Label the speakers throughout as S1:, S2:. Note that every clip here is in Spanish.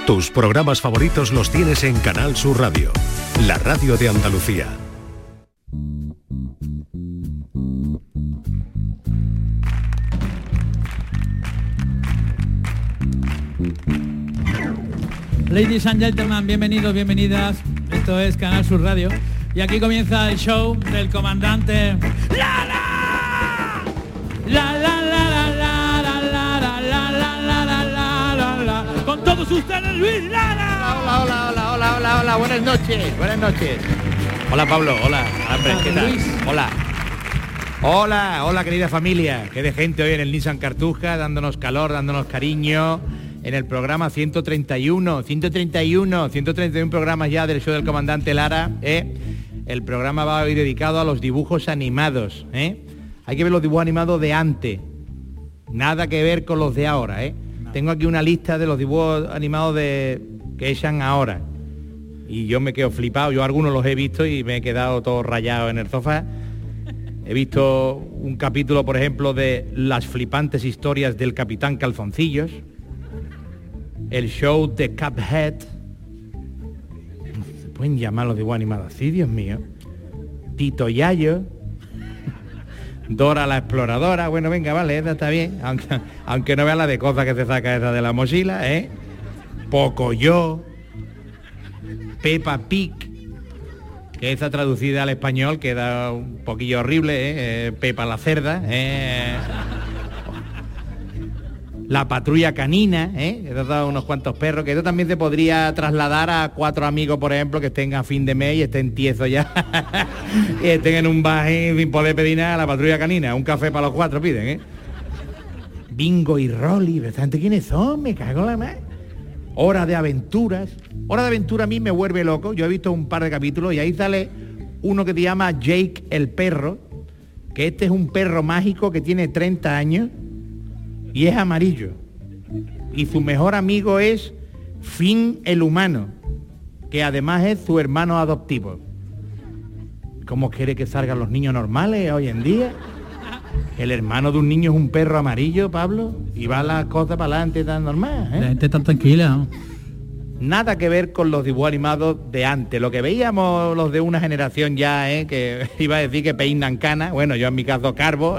S1: Tus programas favoritos los tienes en Canal Sur Radio, la radio de Andalucía.
S2: Ladies and gentlemen, bienvenidos, bienvenidas. Esto es Canal Sur Radio. Y aquí comienza el show del comandante Lara. La la la la la la la la la la la la la. Con todos ustedes, Luis Lara.
S3: Hola, buenas noches. Hola Pablo, hola, hombre, ¿qué tal?
S2: Luis.
S3: Hola querida familia, qué de gente hoy en el Nissan Cartuja, dándonos calor, dándonos cariño, en el programa 131 programas ya del show del comandante Lara, El programa va hoy dedicado a los dibujos animados, Hay que ver los dibujos animados de antes, nada que ver con los de ahora, No. Tengo aquí una lista de los dibujos animados que echan ahora. Y yo me quedo flipado, yo algunos los he visto y me he quedado todo rayado en el sofá. He visto un capítulo, por ejemplo, de Las flipantes historias del Capitán Calzoncillos, el show de Cuphead. ¿Se pueden llamar los dibujos animados así, Dios mío? Tito Yayo, Dora la exploradora. Bueno, venga, vale, esa está bien, aunque no vea la de cosas que se saca esa de la mochila, Pocoyo, Peppa Pig, que esa traducida al español queda un poquillo horrible, Pepa la cerda, La patrulla canina, que te ha dado unos cuantos perros, que eso también se podría trasladar a 4 amigos, por ejemplo, que estén a fin de mes y estén tiesos ya, y estén en un baje sin poder pedir nada. La patrulla canina, un café para los 4 piden, Bingo y Rolly, ¿bastante quiénes son? Me cago en la madre. Hora de aventuras. Hora de aventura a mí me vuelve loco. Yo he visto un par de capítulos y ahí sale uno que se llama Jake el perro, que este es un perro mágico que tiene 30 años y es amarillo. Y su mejor amigo es Finn el humano, que además es su hermano adoptivo. ¿Cómo quiere que salgan los niños normales hoy en día? El hermano de un niño es un perro amarillo, Pablo, y va las cosas para adelante tan normal,
S2: La gente está tranquila, ¿no?
S3: Nada que ver con los dibujos animados de antes, lo que veíamos los de una generación ya, que iba a decir que peinan canas, bueno, yo en mi caso Carbo,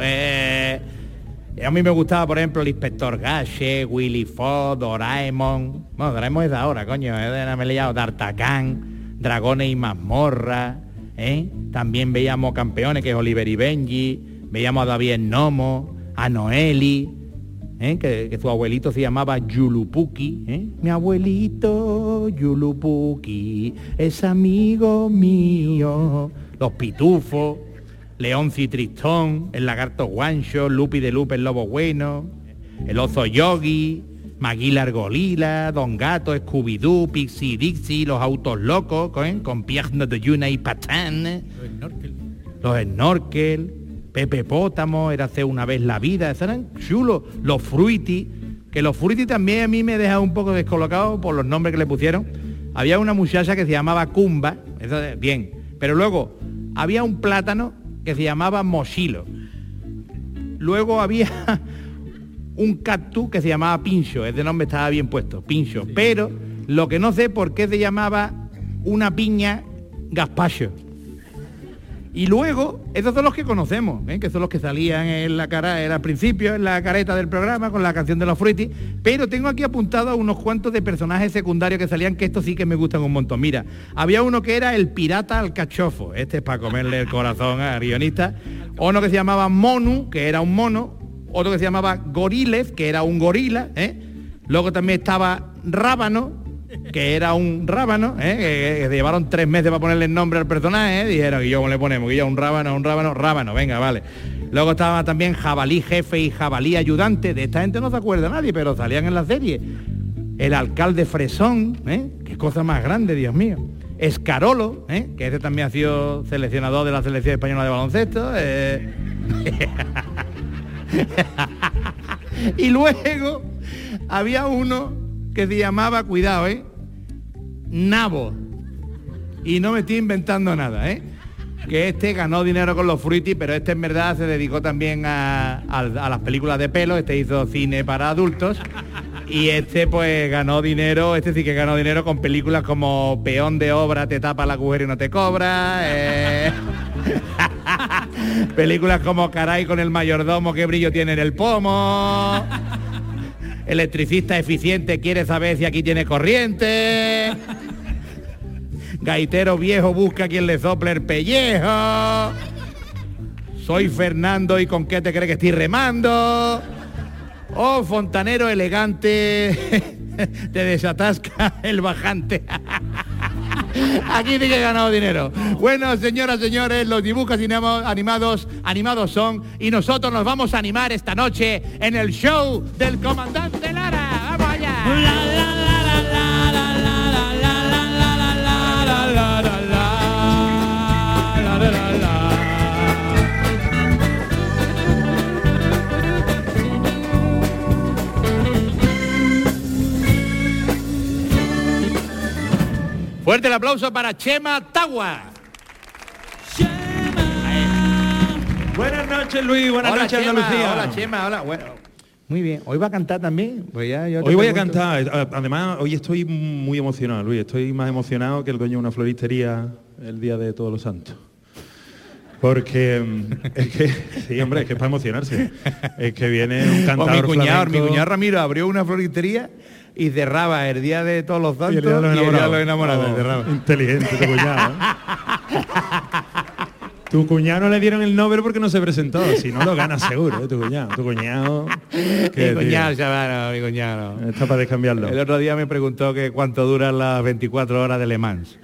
S3: a mí me gustaba, por ejemplo, el Inspector Gadget, Willy Fox, Doraemon. Bueno, Doraemon es de ahora, coño, me he liado, D'Artagnan, Dragones y Mazmorra, También veíamos Campeones, que es Oliver y Benji, veíamos a David el Nomo, a Noeli, que su abuelito se llamaba Yulupuki, Mi abuelito Yulupuki es amigo mío. Los Pitufos, Leoncio y Tristón, el lagarto Guancho, Lupi de Lupe, el lobo bueno, el oso Yogi, Magui Argolila, Don Gato, Scooby-Doo, Pixie Dixie, los autos locos, con Pierre de Yuna y Patán, los Snorkel, Pepe Pótamo, era hace una vez la vida, esos eran chulos. Los Fruity, que los Fruity también a mí me deja un poco descolocado por los nombres que le pusieron. Había una muchacha que se llamaba Kumba, eso bien, pero luego había un plátano que se llamaba Mochilo. Luego había un cactus que se llamaba Pincho, ese nombre estaba bien puesto, Pincho, pero lo que no sé por qué se llamaba una piña Gazpacho. Y luego, esos son los que conocemos, que son los que salían en la cara, al principio, en la careta del programa, con la canción de los Fruity, pero tengo aquí apuntado a unos cuantos de personajes secundarios que salían, que estos sí que me gustan un montón. Mira, había uno que era el pirata alcachofo, este es para comerle el corazón al guionista, uno que se llamaba Monu, que era un mono, otro que se llamaba Goriles, que era un gorila, luego también estaba Rábano, que era un rábano, que se llevaron 3 meses para ponerle el nombre al personaje, dijeron, ¿y yo cómo le ponemos? Que yo un rábano, venga, vale. Luego estaba también Jabalí jefe y Jabalí ayudante, de esta gente no se acuerda nadie, pero salían en la serie. El alcalde Fresón, qué cosa más grande, Dios mío. Escarolo, que ese también ha sido seleccionador de la selección española de baloncesto. Y luego había uno que se llamaba, cuidado, Nabo. Y no me estoy inventando nada, que este ganó dinero con los Fruity, pero este en verdad se dedicó también a las películas de pelo, este hizo cine para adultos. Y este pues ganó dinero, este sí que ganó dinero con películas como Peón de obra, te tapa el agujero y no te cobra. Películas como Caray con el mayordomo, qué brillo tiene en el pomo. Electricista eficiente, quiere saber si aquí tiene corriente. Gaitero viejo busca quien le sople el pellejo. Soy Fernando y con qué te crees que estoy remando. Oh, fontanero elegante, te desatasca el bajante. Aquí sí que he ganado dinero. Bueno, señoras, señores, los dibujos animados son, y nosotros nos vamos a animar esta noche en el show del Comandante Lara. ¡Vamos allá! Fuerte el aplauso para Chema Tagua.
S4: Buenas noches, Luis. Buenas noches,
S3: Chema,
S4: Andalucía.
S3: Hola, Chema. Hola. Bueno, muy bien. ¿Hoy va a cantar también? Pues ya, yo te
S4: Hoy voy a
S3: pregunto.
S4: cantar. Además, hoy estoy muy emocionado, Luis. Estoy más emocionado que el dueño de una floristería el día de Todos los Santos. Porque es que, sí, hombre, es que es para emocionarse. Es que viene un cantador
S3: Mi
S4: flamenco.
S3: cuñado Ramiro abrió una floristería y cerraba el día de Todos los Santos
S4: Y el día de los enamorados.
S3: y cerraba.
S4: Inteligente tu cuñado, ¿eh? Tu cuñado no le dieron el Nobel porque no se presentó. Si no, lo gana seguro, ¿eh? Tu cuñado.
S3: Mi cuñado, chaval, mi cuñado.
S4: Está para descambiarlo.
S3: El otro día me preguntó que cuánto duran las 24 horas de Le Mans.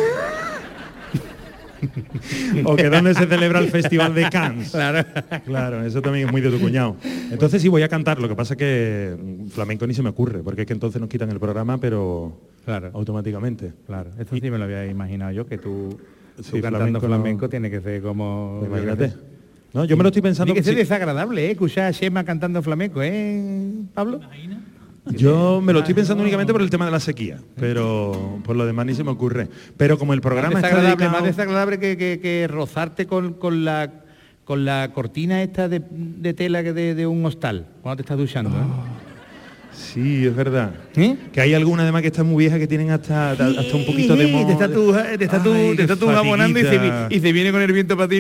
S4: O que dónde se celebra el Festival de Cannes.
S3: Claro.
S4: Claro, eso también es muy de tu cuñado. Entonces sí voy a cantar, lo que pasa es que flamenco ni se me ocurre, porque es que entonces nos quitan el programa, pero
S3: Claro.
S4: automáticamente.
S3: Claro, esto sí me lo había imaginado yo, que tú
S4: Sí,
S3: cantando
S4: flamenco
S3: flamenco
S4: no.
S3: tiene que ser como...
S4: Imagínate. No, yo me lo estoy pensando.
S3: Tiene que ser
S4: sí,
S3: desagradable, escuchar a Chema cantando flamenco, Pablo?
S4: yo me lo estoy pensando únicamente por el tema de la sequía, pero por lo demás ni se me ocurre. Pero como el programa
S3: Más
S4: está
S3: desagradable,
S4: dedicado...
S3: más desagradable que rozarte con la cortina esta de tela de un hostal cuando te estás duchando.
S4: Sí, es verdad.
S3: ¿Eh?
S4: Que hay alguna además que está muy vieja que tienen hasta un poquito de moho.
S3: Te está tú abonando y se viene con el viento para ti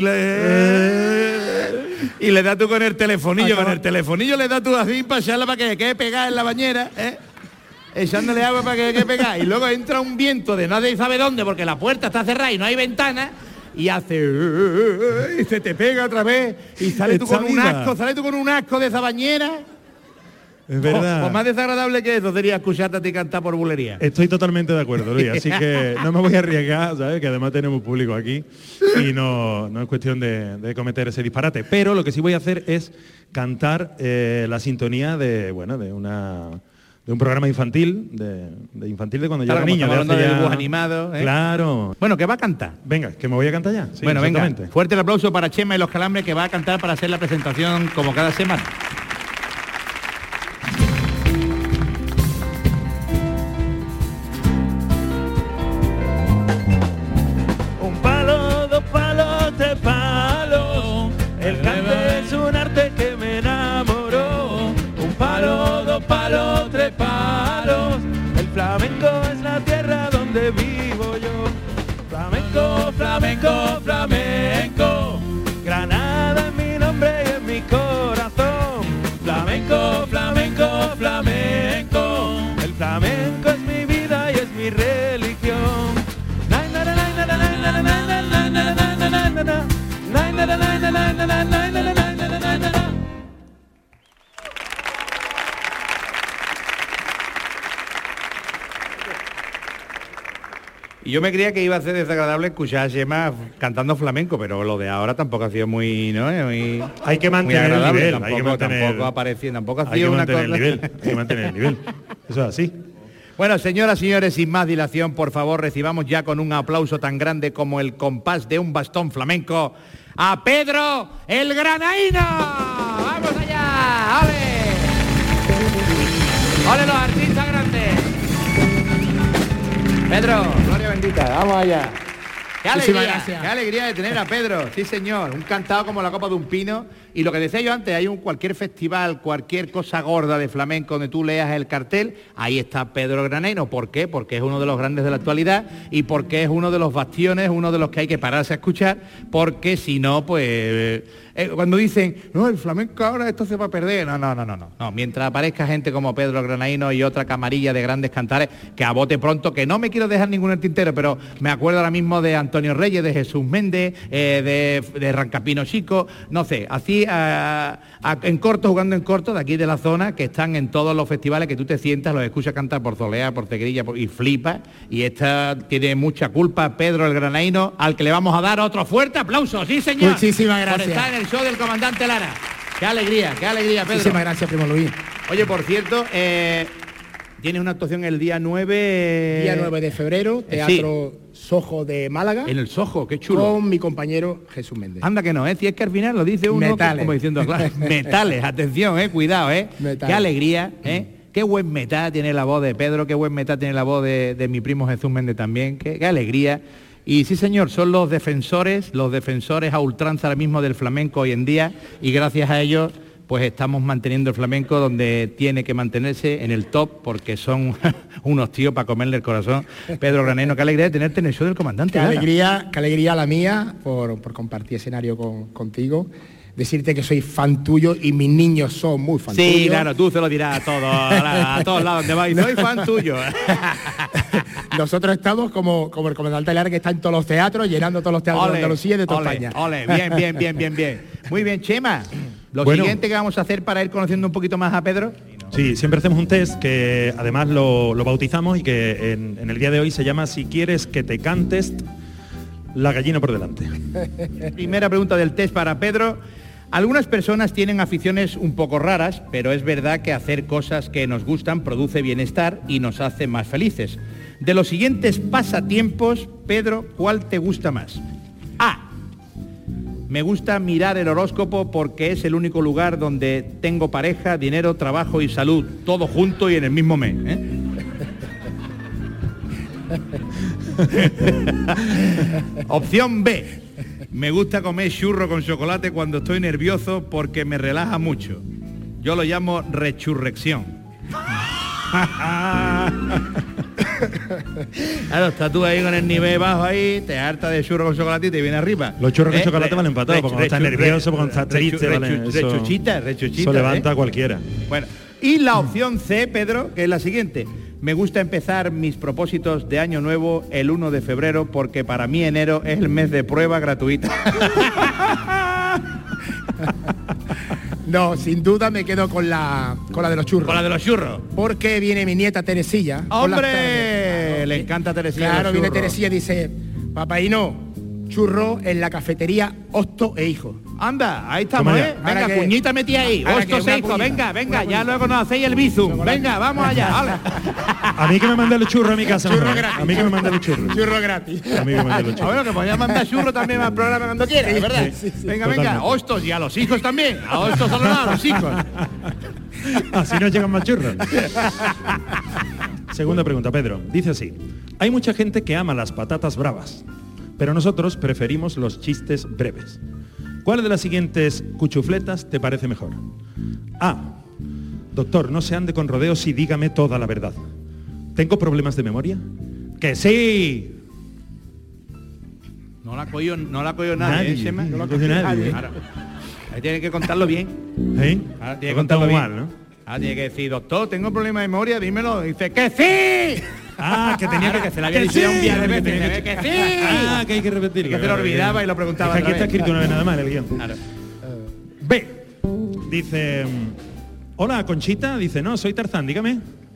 S3: y le das tú con el telefonillo,
S4: Acaba-
S3: con el telefonillo le das tú así para echarla para que quede pegada en la bañera, echándole agua para que quede pegada, y luego entra un viento de nadie sabe dónde porque la puerta está cerrada y no hay ventana y hace y se te pega otra vez y sales tú
S4: Está
S3: con un
S4: viva.
S3: asco de esa bañera.
S4: Es verdad.
S3: O más desagradable que eso sería escucharte a ti cantar por bulería.
S4: Estoy totalmente de acuerdo, Luis, así que no me voy a arriesgar, ¿sabes? Que además tenemos público aquí y no es cuestión de cometer ese disparate. Pero lo que sí voy a hacer es cantar la sintonía de un programa infantil, de cuando yo
S3: Claro,
S4: era
S3: como
S4: niño.
S3: estamos hablando
S4: hace
S3: de
S4: ya-
S3: dibujos animados,
S4: Claro.
S3: Bueno, ¿qué va a cantar?
S4: Venga, que me voy a cantar ya. Sí,
S3: Bueno, venga,
S4: exactamente.
S3: fuerte el aplauso para Chema y los Calambres, que va a cantar para hacer la presentación como cada semana.
S4: Un palo, dos palos, tres palos. El cante es un arte que me enamoró. Un palo, dos palos, tres palos. El flamenco es la tierra donde vivo yo. Flamenco, flamenco, flamenco. Granada es mi nombre y es mi corazón. Flamenco, flamenco, flamenco. El flamenco es mi vida y es mi religión.
S3: Y yo me creía que iba a ser desagradable escuchar a Chema cantando flamenco, pero lo de ahora tampoco ha sido muy, ¿no? Muy,
S4: Hay que mantener
S3: muy agradable.
S4: el nivel,
S3: Tampoco,
S4: hay que mantener,
S3: tampoco ha parecido, tampoco ha
S4: hay
S3: sido
S4: que
S3: una
S4: mantener
S3: cosa.
S4: el nivel, hay que mantener el nivel. Eso es así.
S3: Bueno, señoras y señores, sin más dilación, por favor, recibamos ya con un aplauso tan grande como el compás de un bastón flamenco a Pedro el Granaíno. ¡Vamos allá! ¡Ole! ¡Ole los artistas grandes! Pedro, gloria bendita, vamos allá. Qué alegría de tener a Pedro, sí señor, un cantado como la copa de un pino. Y lo que decía yo antes, hay cualquier festival, cualquier cosa gorda de flamenco donde tú leas el cartel, ahí está Pedro Graneiro. ¿Por qué? Porque es uno de los grandes de la actualidad y porque es uno de los bastiones, uno de los que hay que pararse a escuchar, porque si no, pues... cuando dicen, no, el flamenco ahora esto se va a perder, no, mientras aparezca gente como Pedro Granaíno y otra camarilla de grandes cantares, que a bote pronto, que no me quiero dejar ningún el tintero, pero me acuerdo ahora mismo de Antonio Reyes, de Jesús Méndez, de Rancapino Chico, no sé, así en corto, jugando en corto, de aquí de la zona, que están en todos los festivales, que tú te sientas, los escuchas cantar por Zolea, por Tegrilla, y flipas, y esta tiene mucha culpa, Pedro el Granaíno, al que le vamos a dar otro fuerte aplauso, sí señor.
S5: Muchísimas gracias.
S3: Por estar en el show del comandante Lara. Qué alegría, Pedro.
S5: Muchísimas gracias, primo Luis.
S3: Oye, por cierto, tienes una actuación el día 9...
S5: Día 9 de febrero, Teatro Sojo de Málaga.
S3: En el Sojo, qué chulo.
S5: Con mi compañero Jesús Méndez.
S3: Anda que no, si es que al final lo dice uno como diciendo, claro, metales, atención, cuidado, Metales. Qué alegría, Qué buen metal tiene la voz de Pedro, qué buen metal tiene la voz de mi primo Jesús Méndez también, qué alegría. Y sí señor, son los defensores a ultranza ahora mismo del flamenco hoy en día, y gracias a ellos pues estamos manteniendo el flamenco donde tiene que mantenerse, en el top, porque son unos tíos para comerle el corazón. Pedro Graneiro, qué alegría de tenerte en el show del comandante.
S5: Qué alegría la mía por compartir escenario contigo. Decirte que soy fan tuyo y mis niños son muy fan tuyos.
S3: Sí, claro, tú se lo dirás a todos lados donde vais. Soy fan tuyo.
S5: Nosotros estamos como el comandante Lara, que está en todos los teatros, llenando todos los teatros de Andalucía y de toda España.
S3: Bien. Muy bien, Chema. Lo siguiente que vamos a hacer para ir conociendo un poquito más a Pedro.
S6: Sí, siempre hacemos un test que además lo bautizamos y que en el día de hoy se llama Si quieres que te cantes, la gallina por delante.
S3: Primera pregunta del test para Pedro. Algunas personas tienen aficiones un poco raras, pero es verdad que hacer cosas que nos gustan produce bienestar y nos hace más felices. De los siguientes pasatiempos, Pedro, ¿cuál te gusta más? A. Me gusta mirar el horóscopo porque es el único lugar donde tengo pareja, dinero, trabajo y salud, todo junto y en el mismo mes. Opción B. Me gusta comer churro con chocolate cuando estoy nervioso porque me relaja mucho. Yo lo llamo rechurrección. Claro, estás tú ahí con el nivel bajo ahí, te harta de churro con chocolate y te viene arriba.
S6: Los churros con chocolate valen para todo, porque cuando estás nervioso, cuando estás triste,
S3: rechuchita.
S6: Eso levanta a cualquiera.
S3: Bueno, y la opción C, Pedro, que es la siguiente. Me gusta empezar mis propósitos de año nuevo el 1 de febrero porque para mí enero es el mes de prueba gratuita.
S5: No, sin duda me quedo con la de los churros.
S3: Con la de los churros.
S5: Porque viene mi nieta Teresilla.
S3: ¡Hombre! Le encanta Teresilla.
S5: Claro, viene Teresilla y dice, papaíno, churro en la cafetería Hosto e Hijo.
S3: Anda, ahí estamos, Venga, cuñita metí ahí. Hostos e Hijo, venga, ya luego nos hacéis el bizum. Venga, vamos allá, vale.
S6: A mí que me mande los churros a mi casa.
S5: Churro gratis.
S6: A mí que me mande los churros.
S5: Churro gratis.
S6: A mí que me mande los churros.
S3: Bueno, que podías mandar churros también al programa cuando quieras,
S5: sí,
S3: ¿verdad?
S5: Sí.
S3: Venga, hostos y a los hijos también. A hostos solo no, a los hijos.
S6: Así no llegan más churros. Segunda pregunta, Pedro. Dice así. Hay mucha gente que ama las patatas bravas, pero nosotros preferimos los chistes breves. ¿Cuál de las siguientes cuchufletas te parece mejor? A. Doctor, no se ande con rodeos y dígame toda la verdad. ¿Tengo problemas de memoria? ¡Que sí!
S3: No la cogió nadie,
S6: nadie.
S3: No la
S6: cogió nadie.
S3: Claro. Ahí tiene que contarlo bien.
S6: Ahora
S3: tiene que contarlo bien. Mal, ¿no? Tiene que decir, doctor, tengo problemas de memoria, dímelo. Dice, ¡que sí!
S6: Que tenía
S3: que se le había dicho un día de veces. ¡Que sí!
S6: Que hay que repetir.
S3: Que se lo olvidaba y lo preguntaba.
S6: Aquí está escrito una vez nada más en el guión.
S3: Claro.
S6: B. Dice, hola, Conchita. Dice, no, soy Tarzán, dígame.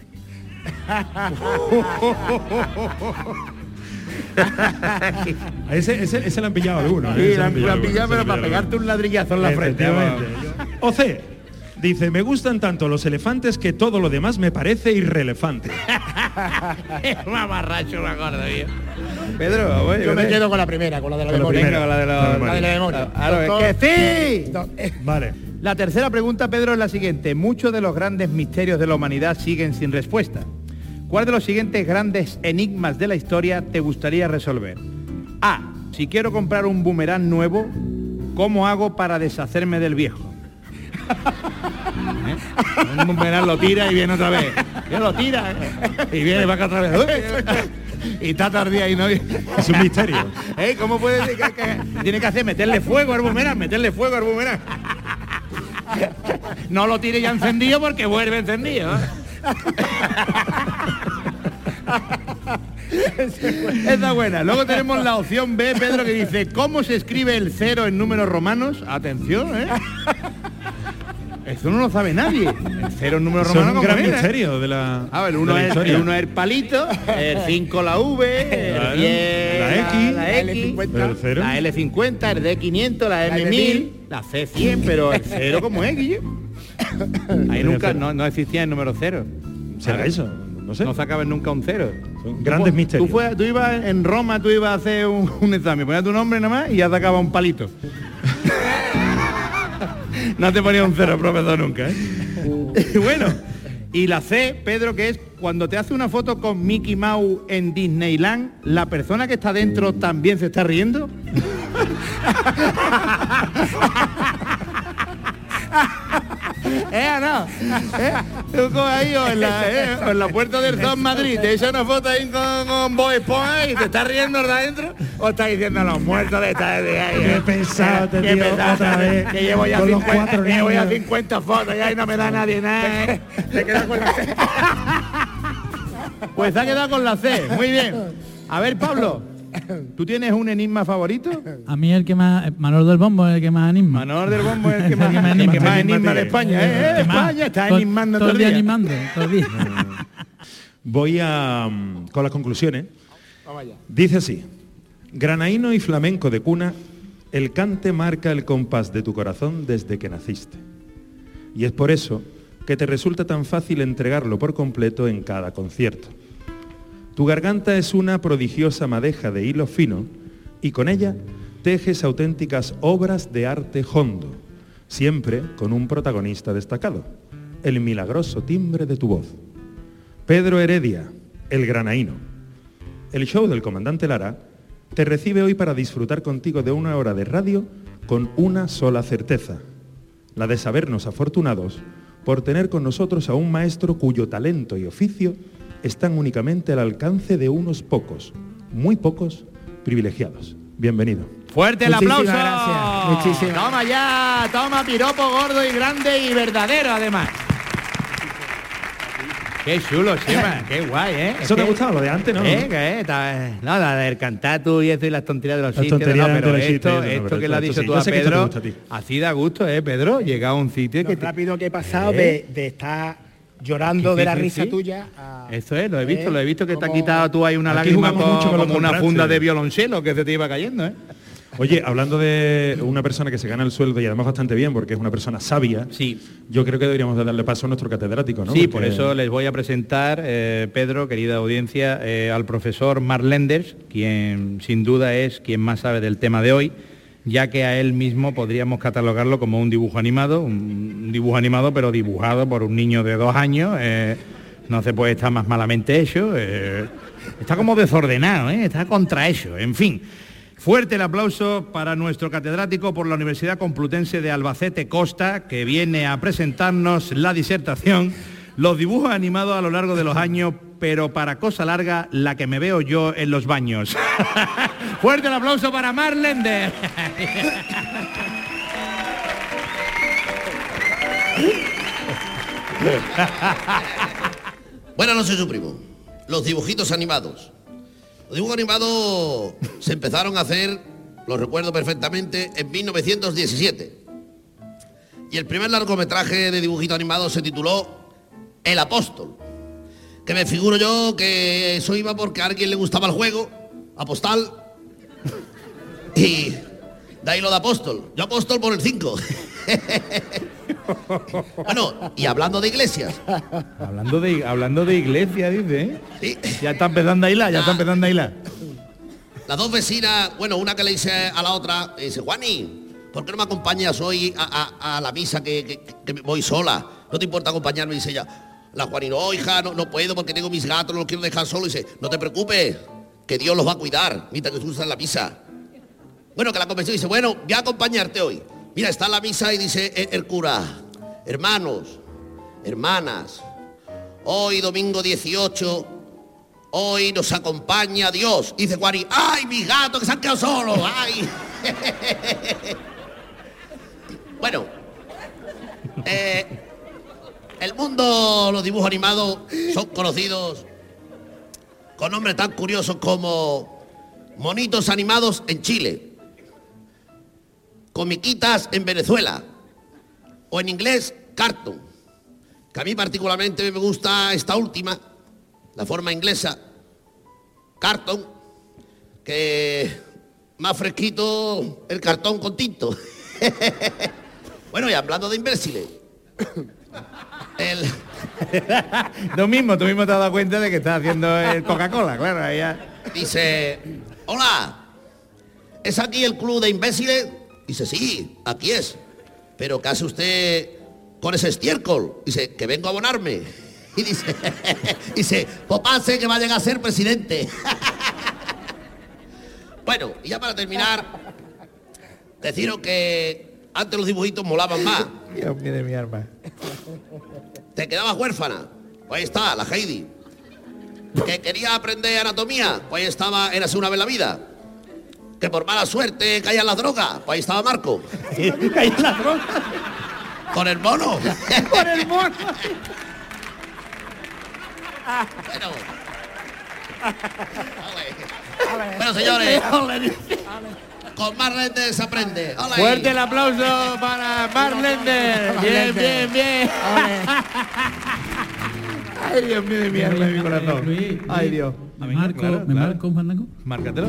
S6: ese lo han pillado algunos.
S3: Sí, lo han pillado, pero para pegarte un ladrillazo en la frente.
S6: O C. Dice, me gustan tanto los elefantes que todo lo demás me parece irrelevante.
S3: Es un amarracho, una gorda, tío. Pedro,
S5: yo me quedo con la primera, con la de la memoria.
S3: Venga, con la de la memoria. ¡Que sí!
S6: Vale.
S3: La tercera pregunta, Pedro, es la siguiente. Muchos de los grandes misterios de la humanidad siguen sin respuesta. ¿Cuál de los siguientes grandes enigmas de la historia te gustaría resolver? A. Si quiero comprar un boomerang nuevo, ¿cómo hago para deshacerme del viejo? Un boomerang lo tira y viene otra vez. Ya lo tira y viene para acá otra vez. Y está tardía y no viene.
S6: Es un misterio.
S3: ¿Cómo puede decir que tiene que hacer? Meterle fuego al boomerang, No lo tire ya encendido porque vuelve encendido. Esta buena. Luego tenemos la opción B, Pedro, que dice ¿cómo se escribe el 0 en números romanos? Atención, Eso no lo sabe nadie. El 0 en números romanos.
S6: Es un gran misterio de la.
S3: El 1 es el palito, el 5 la V, el 10 la X, la L50, el D500, la M1000, la C100, pero el 0 como es, Guille. Ahí nunca no existía el número 0.
S6: ¿Será eso? No sé.
S3: No sacaban nunca un 0.
S6: Son grandes misterios.
S3: Tú ibas en Roma, tú ibas a hacer un examen, ponías tu nombre nada más y ya sacaba un palito. No te ponía un 0, profesor, nunca, Bueno, y la C, Pedro, que es cuando te hace una foto con Mickey Mouse en Disneyland, ¿la persona que está dentro también se está riendo? No. Tú coges ahí o en la puerta del Zoo Madrid, te echas una foto ahí con Bob Esponja y te estás riendo de adentro o estás diciendo los muertos de esta de ahí.
S6: Qué pesado, tío, otra vez.
S3: Que llevo ya 50 fotos ya y no me da nadie nada. Te quedas con la C. Pues se ha quedado con la C. Muy bien. A ver, Pablo, ¿tú tienes un enigma favorito?
S2: A mí el que más... Manolo del Bombo es el que más enigma.
S3: Manolo del Bombo es el que más enigma de España. España está enigmando todo el día.
S2: Todo el día.
S6: Voy con las conclusiones. Dice así: granaíno y flamenco de cuna, el cante marca el compás de tu corazón desde que naciste. Y es por eso que te resulta tan fácil entregarlo por completo en cada concierto. Tu garganta es una prodigiosa madeja de hilo fino y con ella tejes auténticas obras de arte hondo, siempre con un protagonista destacado, el milagroso timbre de tu voz. Pedro Heredia, el granaíno. El show del comandante Lara te recibe hoy para disfrutar contigo de una hora de radio con una sola certeza, la de sabernos afortunados por tener con nosotros a un maestro cuyo talento y oficio están únicamente al alcance de unos pocos, muy pocos, privilegiados. Bienvenido.
S3: ¡Fuerte el aplauso!
S5: Gracias. Muchísimas.
S3: Toma ya, toma piropo gordo y grande y verdadero además. Qué chulo, Chema, qué guay,
S6: Eso te ha gustado, lo de antes, ¿no?
S3: No, la del cantar tú y eso y las tonterías de los sitios, pero esto que le has dicho tú a Pedro, así da gusto, Pedro, llega a un sitio que...
S5: rápido que he pasado de estar llorando de la risa tuya.
S3: Eso es, lo he visto que te ha quitado tú ahí una lágrima como una funda de violonchelo que se te iba cayendo,
S6: Oye, hablando de una persona que se gana el sueldo y además bastante bien porque es una persona sabia,
S3: sí.
S6: Yo creo que deberíamos de darle paso a nuestro catedrático, ¿no?
S3: Sí, por eso les voy a presentar, Pedro, querida audiencia, al profesor Marc Lenders, quien sin duda es quien más sabe del tema de hoy, ya que a él mismo podríamos catalogarlo como un dibujo animado, pero dibujado por un niño de 2 años, no se puede estar más malamente hecho, está como desordenado, está contrahecho, en fin. Fuerte el aplauso para nuestro catedrático por la Universidad Complutense de Albacete Costa, que viene a presentarnos la disertación, los dibujos animados a lo largo de los años, pero para cosa larga, la que me veo yo en los baños. Fuerte el aplauso para Marc Lenders.
S7: Buenas noches, su primo. Los dibujitos animados. Los dibujos animados se empezaron a hacer, lo recuerdo perfectamente, en 1917. Y el primer largometraje de dibujito animado se tituló El Apóstol. Que me figuro yo que eso iba porque a alguien le gustaba el juego, apostal. Y de ahí lo de apóstol. Yo apóstol por el 5. Bueno, y hablando de iglesias.
S3: Hablando de iglesia, dice,
S7: Sí.
S3: Ya está empezando a hilar,
S7: Las dos vecinas, bueno, una que le dice a la otra, dice, Juani, ¿por qué no me acompañas hoy a la misa que voy sola? ¿No te importa acompañarme? Dice ella. La Juani, no, hija, no puedo porque tengo mis gatos, no los quiero dejar solos. Dice, no te preocupes, que Dios los va a cuidar mientras que tú estás en la misa. Bueno, que la convenció y dice, bueno, voy a acompañarte hoy. Mira, está en la misa y dice el cura, hermanos, hermanas, hoy domingo 18, hoy nos acompaña Dios. Y dice Guari, ¡ay, mis gatos que se han quedado solos! ¡Ay! Bueno, el mundo, los dibujos animados son conocidos con nombres tan curiosos como monitos animados en Chile, comiquitas en Venezuela o en inglés cartoon, que a mí particularmente me gusta esta última, la forma inglesa, cartoon, que más fresquito el cartón con tinto. Bueno, y hablando de imbéciles,
S3: Lo mismo, tú mismo te has dado cuenta de que estás haciendo el Coca-Cola, claro, ahí ya.
S7: Dice, hola, ¿es aquí el club de imbéciles? Dice, sí, aquí es. ¿Pero qué hace usted con ese estiércol? Dice, que vengo a abonarme. Y dice, pues pase que va a llegar a ser presidente. Bueno, y ya para terminar, deciros que antes los dibujitos molaban más.
S3: Dios mío de mi alma.
S7: Te quedabas huérfana, pues ahí está, la Heidi. Que quería aprender anatomía, pues ahí estaba, érase una vez la vida. Que por mala suerte caían las drogas, pues ahí estaba Marco.
S3: ¿Caían las drogas?
S7: Con el mono.
S3: Con el mono.
S7: Bueno. Bueno, señores. Con Marlender se aprende. ¡Ole!
S3: Fuerte el aplauso para Marlender. Bien, bien, bien. Ay, Dios mío de mi alma y mi corazón. Ay, Dios.
S2: ¿Me marco un fandango?
S3: Márcatelo.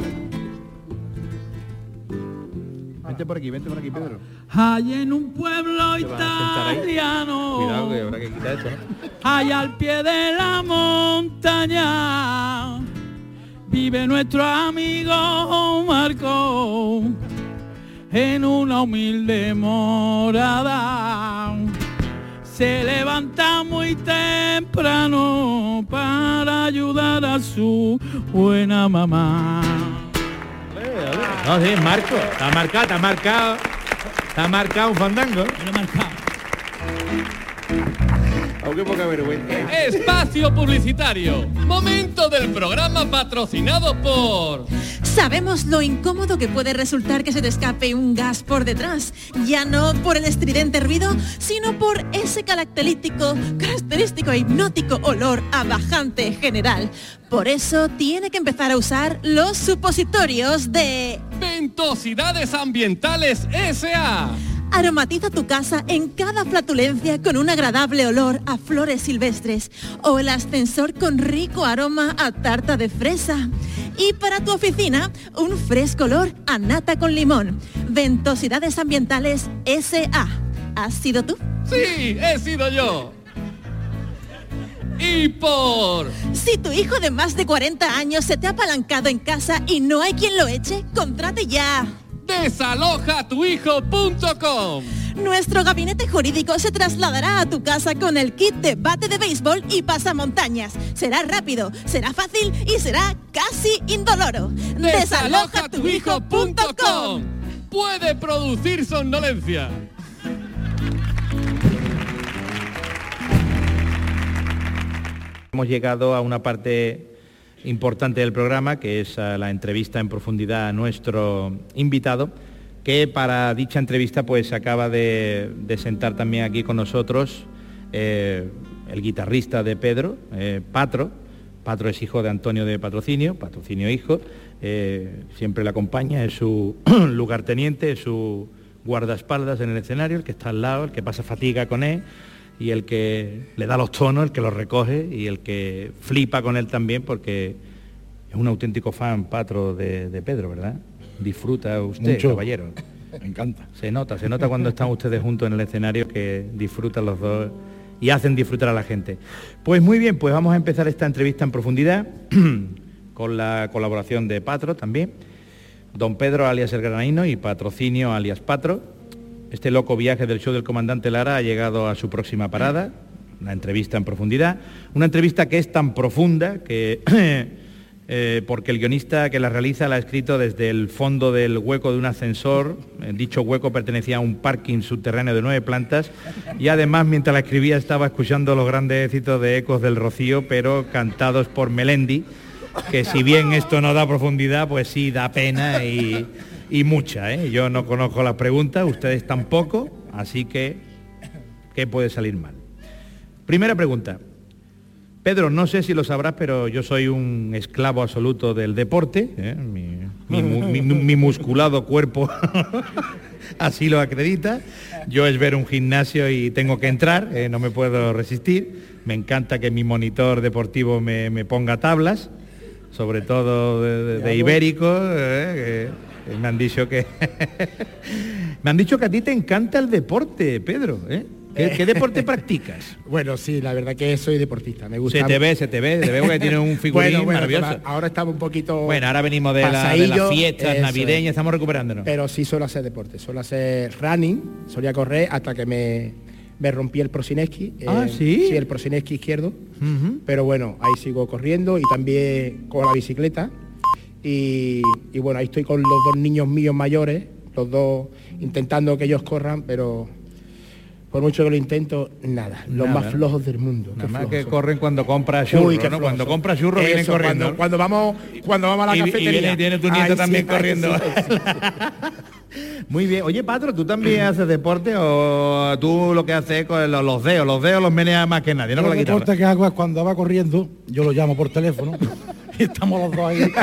S3: Vente por aquí, Pedro.
S2: Hay en un pueblo
S3: Te vas a sentar ahí.
S2: italiano.
S3: Cuidado que habrá que quitar esto, ¿no?
S2: Allá al pie de la montaña vive nuestro amigo Marco en una humilde morada. Se levanta muy temprano para ayudar a su buena mamá.
S3: No, sí, Marco. Está marcado un fandango.
S2: Me lo he marcado.
S3: Aunque poca vergüenza.
S8: Espacio publicitario. Momento del programa patrocinado por...
S9: Sabemos lo incómodo que puede resultar que se te escape un gas por detrás, ya no por el estridente ruido, sino por ese característico e hipnótico olor a bajante general. Por eso tiene que empezar a usar los supositorios de...
S8: Ventosidades Ambientales S.A.
S9: Aromatiza tu casa en cada flatulencia con un agradable olor a flores silvestres o el ascensor con rico aroma a tarta de fresa. Y para tu oficina, un fresco olor a nata con limón. Ventosidades Ambientales S.A. ¿Has sido tú?
S8: Sí, he sido yo. Y por...
S9: Si tu hijo de más de 40 años se te ha apalancado en casa y no hay quien lo eche, contrate ya.
S8: Desalojatuhijo.com.
S9: Nuestro gabinete jurídico se trasladará a tu casa con el kit de bate de béisbol y pasamontañas. Será rápido, será fácil y será casi indoloro.
S8: Desalojatuhijo.com. Puede producir somnolencia.
S3: Hemos llegado a una parte importante del programa, que es la entrevista en profundidad a nuestro invitado, que para dicha entrevista pues acaba de sentar también aquí con nosotros el guitarrista de Pedro, Patro. Patro es hijo de Antonio de Patrocinio hijo, siempre le acompaña, es su lugarteniente, es su guardaespaldas en el escenario, el que está al lado, el que pasa fatiga con él, y el que le da los tonos, el que los recoge y el que flipa con él también, porque es un auténtico fan, Patro, de Pedro, ¿verdad? Disfruta usted,
S10: mucho,
S3: caballero.
S10: Me encanta.
S3: Se nota cuando están ustedes juntos en el escenario que disfrutan los dos y hacen disfrutar a la gente. Pues muy bien, pues vamos a empezar esta entrevista en profundidad con la colaboración de Patro también, don Pedro alias el Granaíno y Patrocinio alias Patro. Este loco viaje del show del comandante Lara ha llegado a su próxima parada, una entrevista en profundidad, una entrevista que es tan profunda que porque el guionista que la realiza la ha escrito desde el fondo del hueco de un ascensor. Dicho hueco pertenecía a un parking subterráneo de 9 plantas y además mientras la escribía estaba escuchando los grandes éxitos de Ecos del Rocío, pero cantados por Melendi, que si bien esto no da profundidad, pues sí da pena y mucha, ¿eh? Yo no conozco las preguntas, ustedes tampoco, así que ¿qué puede salir mal? Primera pregunta. Pedro, no sé si lo sabrás, pero yo soy un esclavo absoluto del deporte, ¿eh? Mi musculado cuerpo así lo acredita. Yo es ver un gimnasio y tengo que entrar, no me puedo resistir. Me encanta que mi monitor deportivo me ponga tablas, sobre todo de ibérico, que me han dicho que me han dicho que a ti te encanta el deporte, Pedro, ¿eh? ¿Qué deporte practicas?
S5: Bueno, sí, la verdad que soy deportista. Me gusta.
S3: Se te ve que tienes un figurín maravilloso.
S5: Ahora estamos un poquito.
S3: Bueno, ahora venimos de las fiestas navideñas, estamos recuperándonos.
S5: Pero sí suelo hacer deporte, suelo hacer running, solía correr hasta que me rompí el Prosineski.
S3: ¿Sí?
S5: Sí, el Prosineski izquierdo. Pero bueno, ahí sigo corriendo y también con la bicicleta. Y bueno, ahí estoy con los 2 niños míos mayores, los 2 intentando que ellos corran, pero por mucho que lo intento, nada. Los más flojos del mundo.
S3: Nada más que corren cuando compras churros, ¿no? Cuando compras churros vienen corriendo.
S5: Cuando vamos a la cafetería.
S3: Y viene tu nieto también corriendo. Muy bien. Oye, Patro, ¿tú también haces deporte o tú lo que haces es con los dedos? Los dedos los meneas más que nadie, ¿no?
S10: El deporte que hago es cuando va corriendo, yo lo llamo por teléfono y estamos los dos ahí.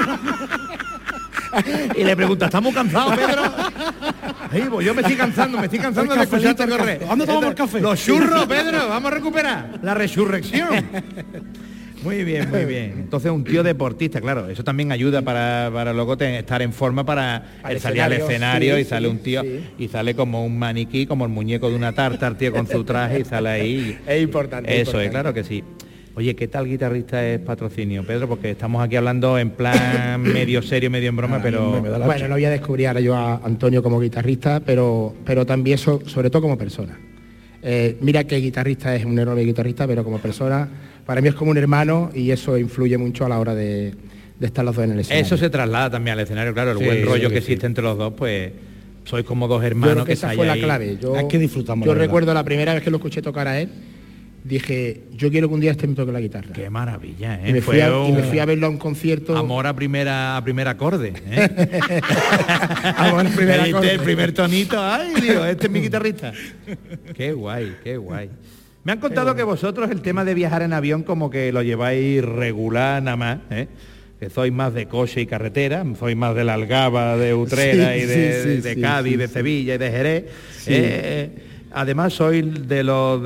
S3: Y le pregunta, ¿estamos cansados, Pedro? Ay, pues yo me estoy cansando de escucharte correr.
S10: ¿Dónde tomamos el café?
S3: Los churros, Pedro, vamos a recuperar la resurrección. Muy bien, muy bien. Entonces un tío deportista, claro, eso también ayuda para luego estar en forma para salir al escenario, sí, y sale un tío y sale como un maniquí, como el muñeco de una tarta, tío con su traje y sale ahí.
S5: Es importante.
S3: Eso es, claro que sí. Oye, ¿qué tal guitarrista es Patrocinio, Pedro? Porque estamos aquí hablando en plan medio serio, medio en broma, pero...
S5: Bueno, no voy a descubrir ahora yo a Antonio como guitarrista, pero también sobre todo como persona. Mira que guitarrista es un enorme guitarrista, pero como persona, para mí es como un hermano y eso influye mucho a la hora de estar los dos en el escenario.
S3: Eso se traslada también al escenario, claro, el buen rollo que existe entre los dos, pues... Sois como 2 hermanos.
S5: Yo creo que esa fue la clave.
S10: Es que disfrutamos.
S5: Yo recuerdo la primera vez que lo escuché tocar a él, dije, yo quiero que un día me toque la guitarra.
S3: Qué maravilla, ¿eh?
S5: Y me fui a verlo a un concierto.
S3: Amor a primer acorde, ¿eh?
S5: Amor a primer acorde.
S3: El primer tonito, ay, Dios, este es mi guitarrista. Qué guay, qué guay. Me han contado que vosotros el tema de viajar en avión como que lo lleváis regular nada más, ¿eh? Que sois más de coche y carretera, sois más de la Algaba, de Utrera y de Cádiz, de Sevilla y de Jerez. Sí. Además sois de los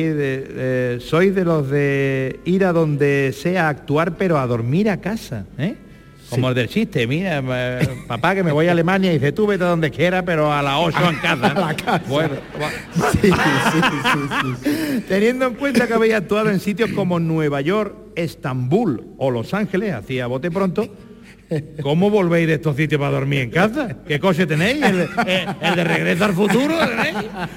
S3: de ir a donde sea a actuar, pero a dormir a casa, ¿eh? Como el del chiste, mira, papá, que me voy a Alemania y dice, tú vete a donde quiera, pero a las 8 en casa.
S5: A la casa.
S3: Bueno, sí. Teniendo en cuenta que habéis actuado en sitios como Nueva York, Estambul o Los Ángeles, hacía bote pronto, ¿cómo volvéis de estos sitios para dormir en casa? ¿Qué coche tenéis? ¿El de Regreso al Futuro tenéis?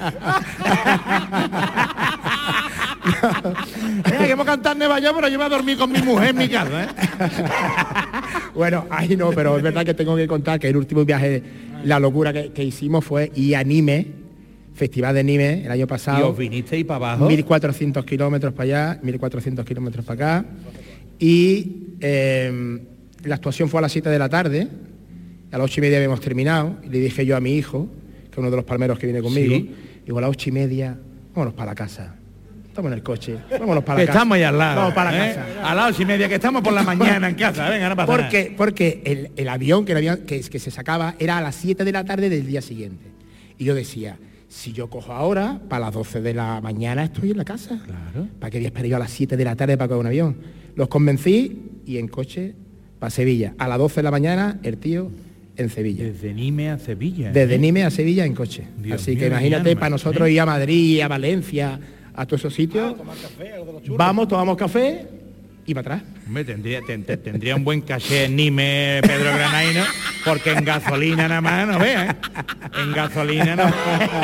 S3: Que hemos cantado en Nueva York, pero yo voy a dormir con mi mujer en mi casa, ¿eh?
S5: Bueno, ahí no, pero es verdad que tengo que contar que el último viaje, la locura que hicimos fue ir a Nîmes, Festival de Nîmes, el año pasado.
S3: ¿Y os vinisteis para abajo?
S5: 1.400 kilómetros para allá, 1.400 kilómetros para acá. Y la actuación fue a las 7 de la tarde, a las 8:30 habíamos terminado, y le dije yo a mi hijo, que es uno de los palmeros que viene conmigo, digo, a las 8:30, vámonos para la casa. Estamos en el coche, vámonos para la casa.
S3: Estamos ahí al lado.
S5: Vamos para la casa.
S3: A las 8:30, que estamos por la mañana en casa. Venga, no pasa nada.
S5: Porque el avión que se sacaba era a las 7 de la tarde del día siguiente. Y yo decía, si yo cojo ahora, para las 12 de la mañana estoy en la casa.
S3: Claro.
S5: ¿Para qué voy a esperar yo a las 7 de la tarde para coger un avión? Los convencí y en coche para Sevilla. A las 12 de la mañana, el tío en Sevilla.
S3: Desde Nîmes a Sevilla.
S5: Desde Nîmes a Sevilla en coche.
S3: Dios
S5: Así
S3: mío,
S5: que imagínate, para nosotros ir a Madrid, a Valencia, a todos esos sitios.
S10: Tomar café, algo de los
S5: vamos, tomamos café y para atrás.
S3: Hombre, tendría un buen caché Nime Pedro Granaino, porque en gasolina nada más no vea, ¿eh? En gasolina no.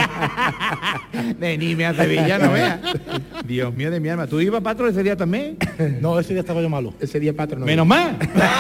S3: De Nime a Sevilla no vea. Dios mío de mi alma. ¿Tú ibas, Patro, ese día también?
S10: No, ese día estaba yo malo.
S5: Ese día Patro no.
S3: Menos mal.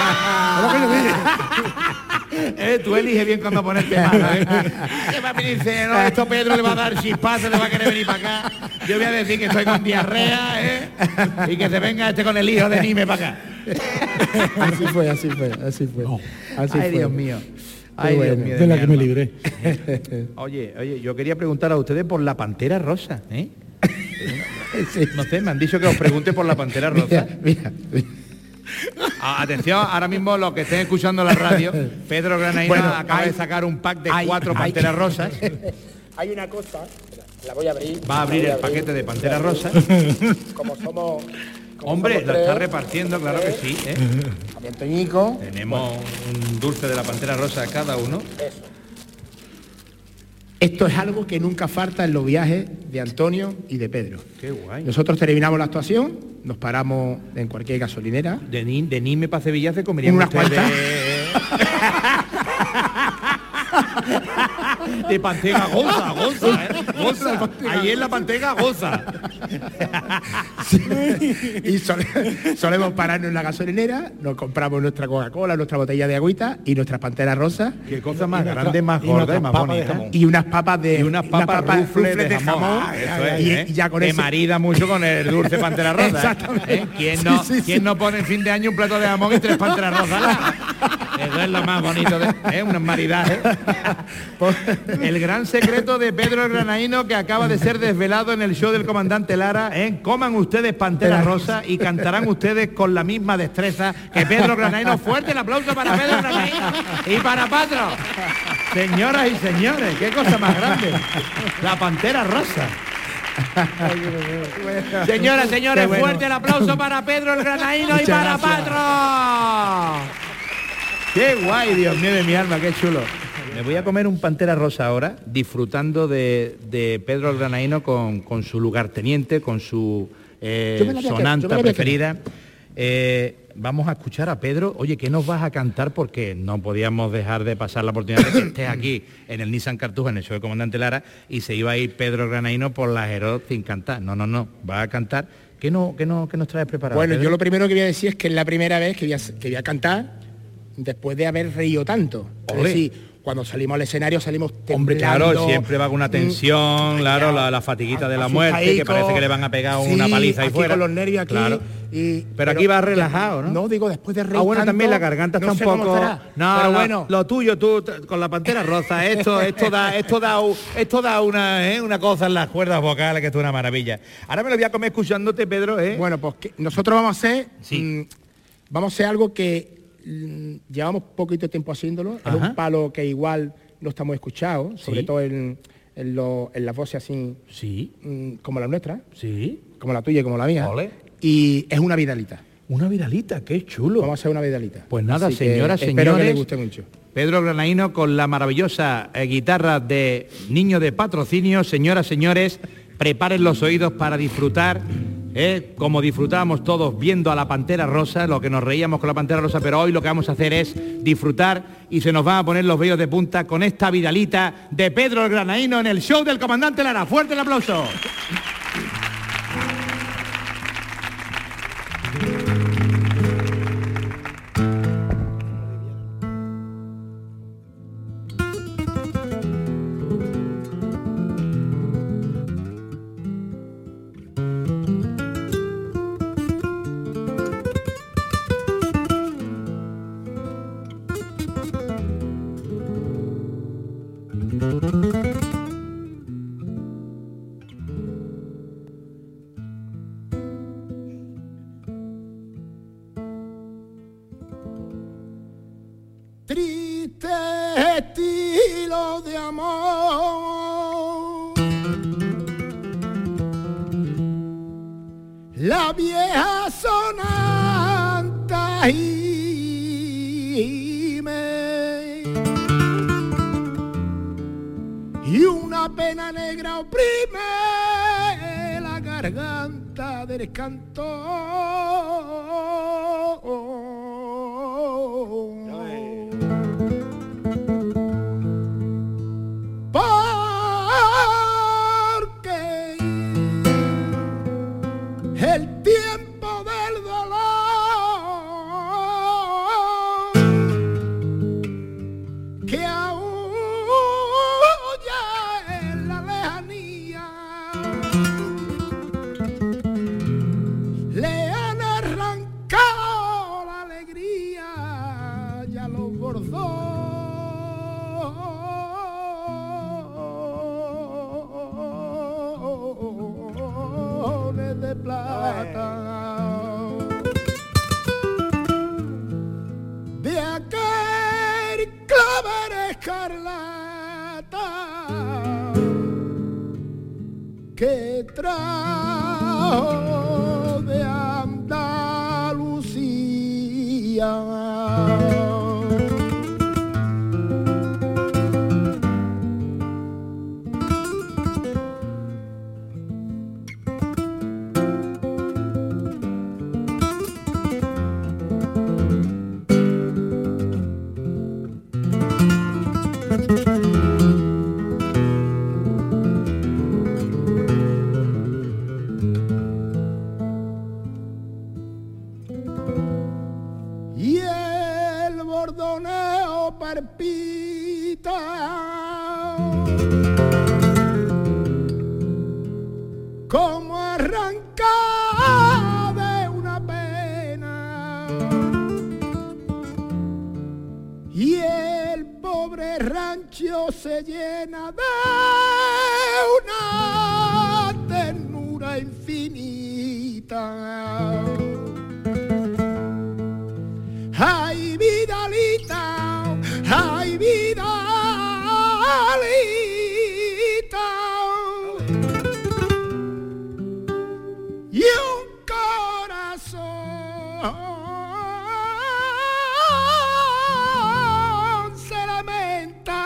S3: Tú eliges bien cuando ponerte malo, ¿eh? ¿Qué va a venir? No, esto Pedro le va a dar chispazo, le va a querer venir para acá. Yo voy a decir que estoy con diarrea, ¿eh? Y que se venga este con el hijo de Nime para acá.
S5: Así fue. Así
S3: Ay,
S5: fue.
S3: Dios mío. Ay,
S5: bueno,
S3: Dios mío.
S10: De la que me libré.
S3: Oye, yo quería preguntar a ustedes por la Pantera Rosa, ¿eh? No sé, me han dicho que os pregunte por la Pantera Rosa.
S5: Mira.
S3: Atención, ahora mismo los que estén escuchando la radio, Pedro Granaino acaba de sacar un pack de 4 Panteras Rosas.
S5: Hay una cosa, la voy a abrir.
S3: Va a abrir el paquete de Pantera Rosa.
S5: Como somos...
S3: Hombre, lo está repartiendo, claro que sí, ¿eh?
S5: También Toñico.
S3: Tenemos un dulce de la Pantera Rosa cada uno.
S5: Eso. Esto es algo que nunca falta en los viajes de Antonio y de Pedro.
S3: Qué guay.
S5: Nosotros terminamos la actuación, nos paramos en cualquier gasolinera.
S3: De Nime para Sevilla se comerían
S5: unas
S3: ustedes
S5: cuantas.
S3: de Pantega goza, goza. Ahí en la Pantega goza.
S5: Y solemos pararnos en la gasolinera, nos compramos nuestra Coca-Cola, nuestra botella de agüita y nuestras Panteras Rosas.
S3: Qué cosa más grande, más gorda y más bonita.
S5: Y unas papas de...
S3: Y unas papas rufles de jamón.
S5: Eso
S3: es,
S5: y,
S3: ¿eh?
S5: Y ya con
S3: te
S5: eso...
S3: marida mucho con el dulce Pantera Rosa.
S5: Exactamente.
S3: ¿Eh?
S5: Sí.
S3: ¿Quién no pone en fin de año un plato de jamón y 3 Panteras Rosas? Eso es lo más bonito de un maridaje. El gran secreto de Pedro el Granaíno, que acaba de ser desvelado en el show del comandante Lara, coman ustedes Pantera Rosa y cantarán ustedes con la misma destreza que Pedro Granaíno. Fuerte el aplauso para Pedro Granaíno y para Patro. Señoras y señores, qué cosa más grande. La Pantera Rosa. Señoras, señores,
S5: bueno.
S3: fuerte el aplauso para Pedro el Granaíno y para Patro. Qué guay, Dios mío de mi alma, qué chulo. Me voy a comer un Pantera Rosa ahora, disfrutando de Pedro el Granaíno con su lugarteniente, con su sonanta preferida. Vamos a escuchar a Pedro. Oye, ¿qué nos vas a cantar? Porque no podíamos dejar de pasar la oportunidad de que estés aquí en el Nissan Cartuja, en el show del comandante Lara, y se iba a ir Pedro el Granaíno por la Jerez sin cantar. No, va a cantar. ¿Qué nos traes preparado?
S5: Bueno,
S3: Pedro?
S5: yo lo primero que voy a decir es que es la primera vez que voy a cantar después de haber reído tanto.
S3: Olé.
S5: Es decir, cuando salimos al escenario salimos temblando.
S3: Hombre, claro, siempre va con una tensión, claro, la fatiguita de la muerte, que parece que le van a pegar una paliza ahí
S5: aquí
S3: fuera.
S5: con los nervios aquí.
S3: Claro. Pero aquí va relajado, ¿no?
S5: No, digo, después de reír
S3: bueno,
S5: tanto,
S3: también la garganta está
S5: no
S3: un
S5: sé cómo
S3: poco...
S5: estará,
S3: No,
S5: pero
S3: no,
S5: bueno.
S3: lo tuyo, tú, con la Pantera Rosa, esto da una cosa en las cuerdas vocales que es una maravilla. Ahora me lo voy a comer escuchándote, Pedro, ¿eh?
S5: Bueno, pues nosotros vamos a hacer...
S3: Sí.
S5: Vamos a hacer algo que llevamos poquito tiempo haciéndolo.
S3: Ajá.
S5: Es un palo que igual no estamos escuchados, sobre
S3: Sí.
S5: todo en las voces así,
S3: Sí,
S5: como la nuestra,
S3: sí.
S5: como la tuya y como la mía.
S3: Ole.
S5: Y es una vidalita.
S3: Una vidalita, qué chulo.
S5: Vamos a hacer una vidalita.
S3: Pues nada,
S5: Así que
S3: señoras,
S5: espero que
S3: señores,
S5: les guste mucho.
S3: Pedro Granaíno con la maravillosa guitarra de Niño de Patrocinio. Señoras, señores, preparen los oídos para disfrutar, como disfrutábamos todos viendo a la Pantera Rosa, lo que nos reíamos con la Pantera Rosa, pero hoy lo que vamos a hacer es disfrutar y se nos van a poner los vellos de punta con esta vidalita de Pedro el Granaíno en el show del comandante Lara. ¡Fuerte el aplauso!
S5: Triste estilo de amor, la vieja sonanta y una pena negra oprime la garganta del cantor. Porque el tiempo del dolor que aúlla en la lejanía le han arrancado la alegría y a los bordones de plata de aquel clavel escarlata que trajo de Andalucía. Y el bordoneo palpita como arrancada de una pena y el pobre rancho se llena de una ternura infinita. ¡Ay, Vidalita! ¡Ay, Vidalita! Y un corazón se lamenta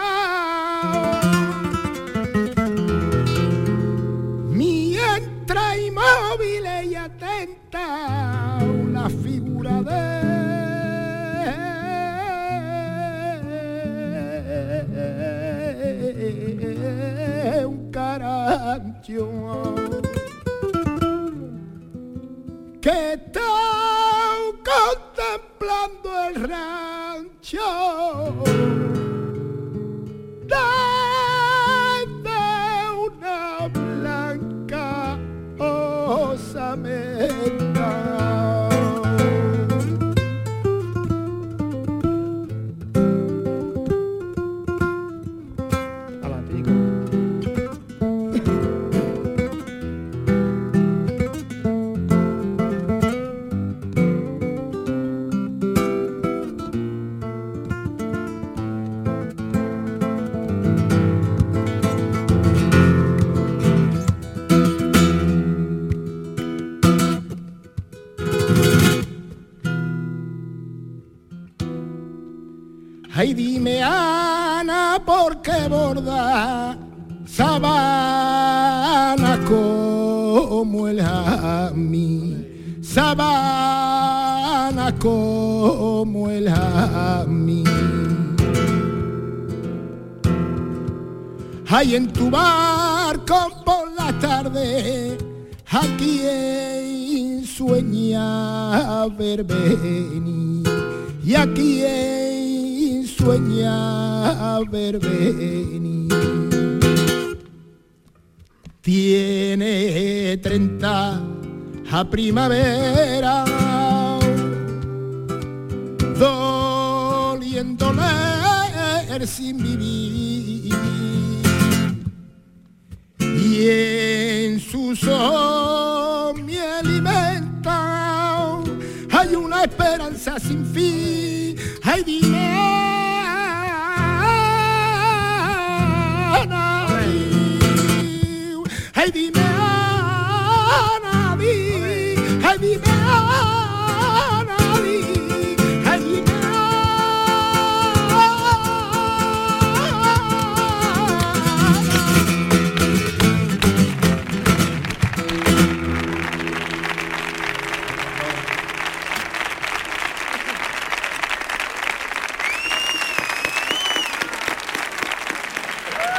S5: mientras inmóvil y atenta la figura de un carancho que está contemplando el rancho desde una blanca osamenta. Ay, dime, Ana, ¿por qué borda sabana como el jamí? Sabana como el jamí. Ay, en tu barco por la tarde, ¿a quién sueña ver venir? Y a quién sueña ver venir. Tiene 30 a primavera, doliéndole sin vivir, y en sus ojos me alimenta, hay una esperanza sin fin. Ay, dime, Ana, ay, dime, Ana, ay, dime, Ana, ay, dime.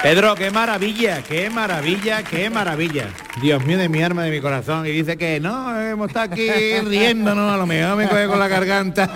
S3: Pedro, qué maravilla, qué maravilla, qué maravilla. Dios mío, de mi alma, de mi corazón. Y dice que no, hemos estado aquí riéndonos, a lo mejor me coge con la garganta.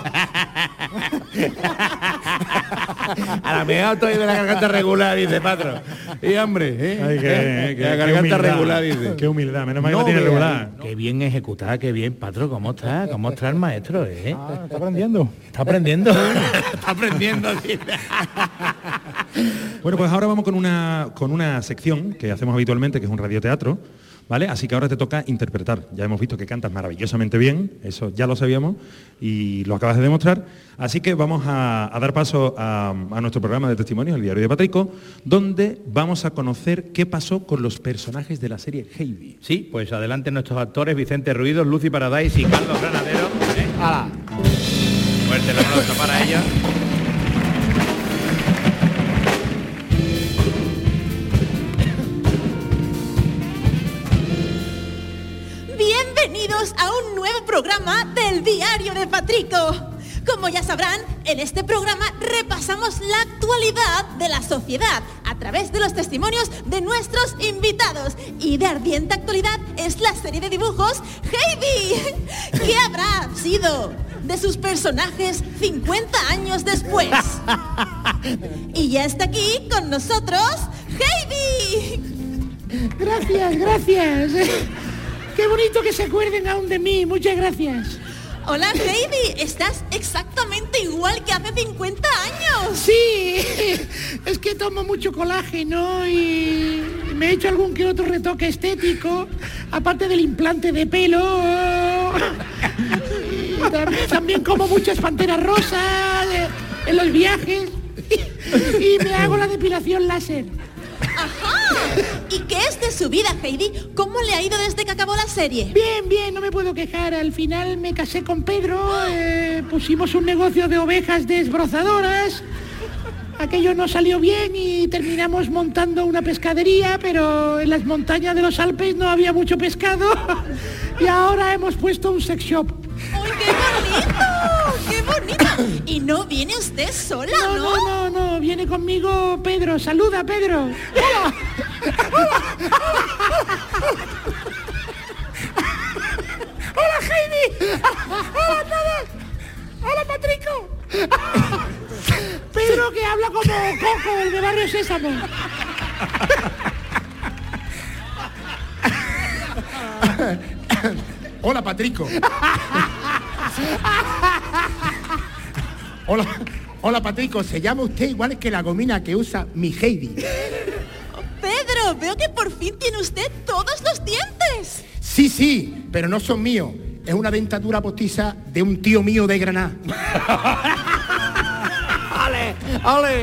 S3: A lo mejor estoy de la garganta regular, dice Patro. Y hombre,
S6: Ay,
S3: la garganta
S6: humildad,
S3: regular, dice.
S6: Qué humildad, menos mal que la tiene regular.
S3: Qué bien ejecutada, qué bien, Patro, ¿cómo está? ¿Cómo está el maestro,
S10: Está aprendiendo.
S3: Está aprendiendo. Está aprendiendo, dice.
S6: Bueno, pues ahora vamos con una sección que hacemos habitualmente, que es un radioteatro, ¿vale? Así que ahora te toca interpretar. Ya hemos visto que cantas maravillosamente bien, eso ya lo sabíamos y lo acabas de demostrar. Así que vamos a dar paso a nuestro programa de testimonios, el Diario de Patrico, donde vamos a conocer qué pasó con los personajes de la serie Heidi.
S3: Sí, pues adelante nuestros actores, Vicente Ruido, Lucy Paradise y Carlos Granadero. ¡Hala! Fuerte el aplauso para ellos.
S9: Bienvenidos a un nuevo programa del Diario de Patrico. Como ya sabrán, en este programa repasamos la actualidad de la sociedad a través de los testimonios de nuestros invitados. Y de ardiente actualidad es la serie de dibujos Heidi. ¿Qué habrá sido de sus personajes 50 años después? Y ya está aquí con nosotros Heidi.
S5: Gracias. Qué bonito que se acuerden aún de mí, muchas gracias.
S9: Hola Heidi, estás exactamente igual que hace 50 años.
S5: Sí, es que tomo mucho colágeno y me he hecho algún que otro retoque estético, aparte del implante de pelo. Y también como muchas panteras rosas en los viajes y me hago la depilación láser.
S9: ¡Ajá! ¿Y qué es de su vida, Heidi? ¿Cómo le ha ido desde que acabó la serie?
S5: Bien, no me puedo quejar. Al final me casé con Pedro, pusimos un negocio de ovejas desbrozadoras. Aquello no salió bien y terminamos montando una pescadería, pero en las montañas de los Alpes no había mucho pescado. Y ahora hemos puesto un sex shop.
S9: ¡Ay, qué bonito! Y no viene usted sola, ¿no?
S5: No, viene conmigo Pedro. Saluda, Pedro. ¡Hola! ¡Hola, Heidi! ¡Hola a todos! ¡Hola, Patrico! Pedro, que habla como Coco, el de Barrio Sésamo.
S11: Hola, Patrico. Hola, Patrico. Se llama usted igual que la gomina que usa mi Heidi.
S9: Pedro, veo que por fin tiene usted todos los dientes.
S11: Sí, pero no son míos. Es una dentadura postiza de un tío mío de Granada.
S3: ¡Ale!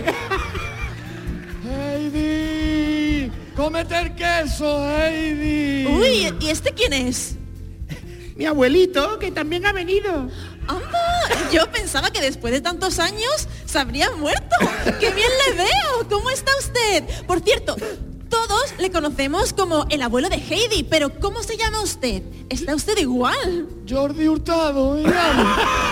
S8: Heidi, cómete el queso, Heidi.
S9: Uy, ¿y este quién es?
S5: Mi abuelito, que también ha venido.
S9: ¡Anda! Yo pensaba que después de tantos años se habría muerto. ¡Qué bien le veo! ¿Cómo está usted? Por cierto, todos le conocemos como el abuelo de Heidi, pero ¿cómo se llama usted? ¿Está usted igual?
S8: Jordi Hurtado, me llamo.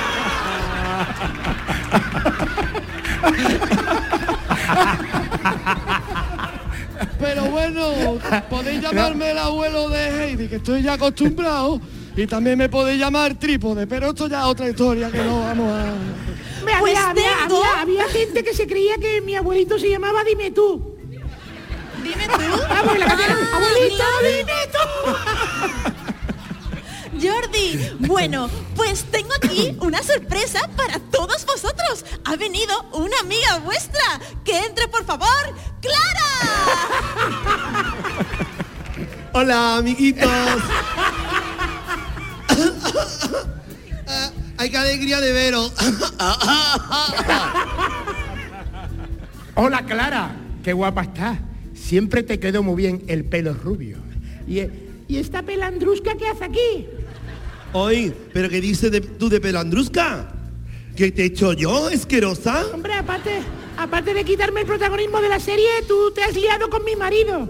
S8: Pero bueno, podéis llamarme el abuelo de Heidi, que estoy ya acostumbrado. Y también me podéis llamar Trípode, pero esto ya es otra historia que no vamos a...
S9: Pues
S5: había gente que se creía que mi abuelito se llamaba Dime Tú.
S9: ¿Dime tú?
S5: Vamos, la canción, abuelito, dime tú.
S9: Jordi, bueno, pues tengo aquí una sorpresa para todos vosotros. Ha venido una amiga vuestra. Que entre, por favor, Clara.
S12: Hola, amiguitos. ¡Ay, qué alegría de veros!
S11: Hola, Clara. Qué guapa estás. Siempre te quedó muy bien el pelo rubio.
S5: ¿Y esta pelandrusca qué hace aquí?
S12: Oye, ¿pero qué dices tú de pelandrusca? ¿Qué te he hecho yo, asquerosa?
S5: Hombre, aparte de quitarme el protagonismo de la serie, tú te has liado con mi marido.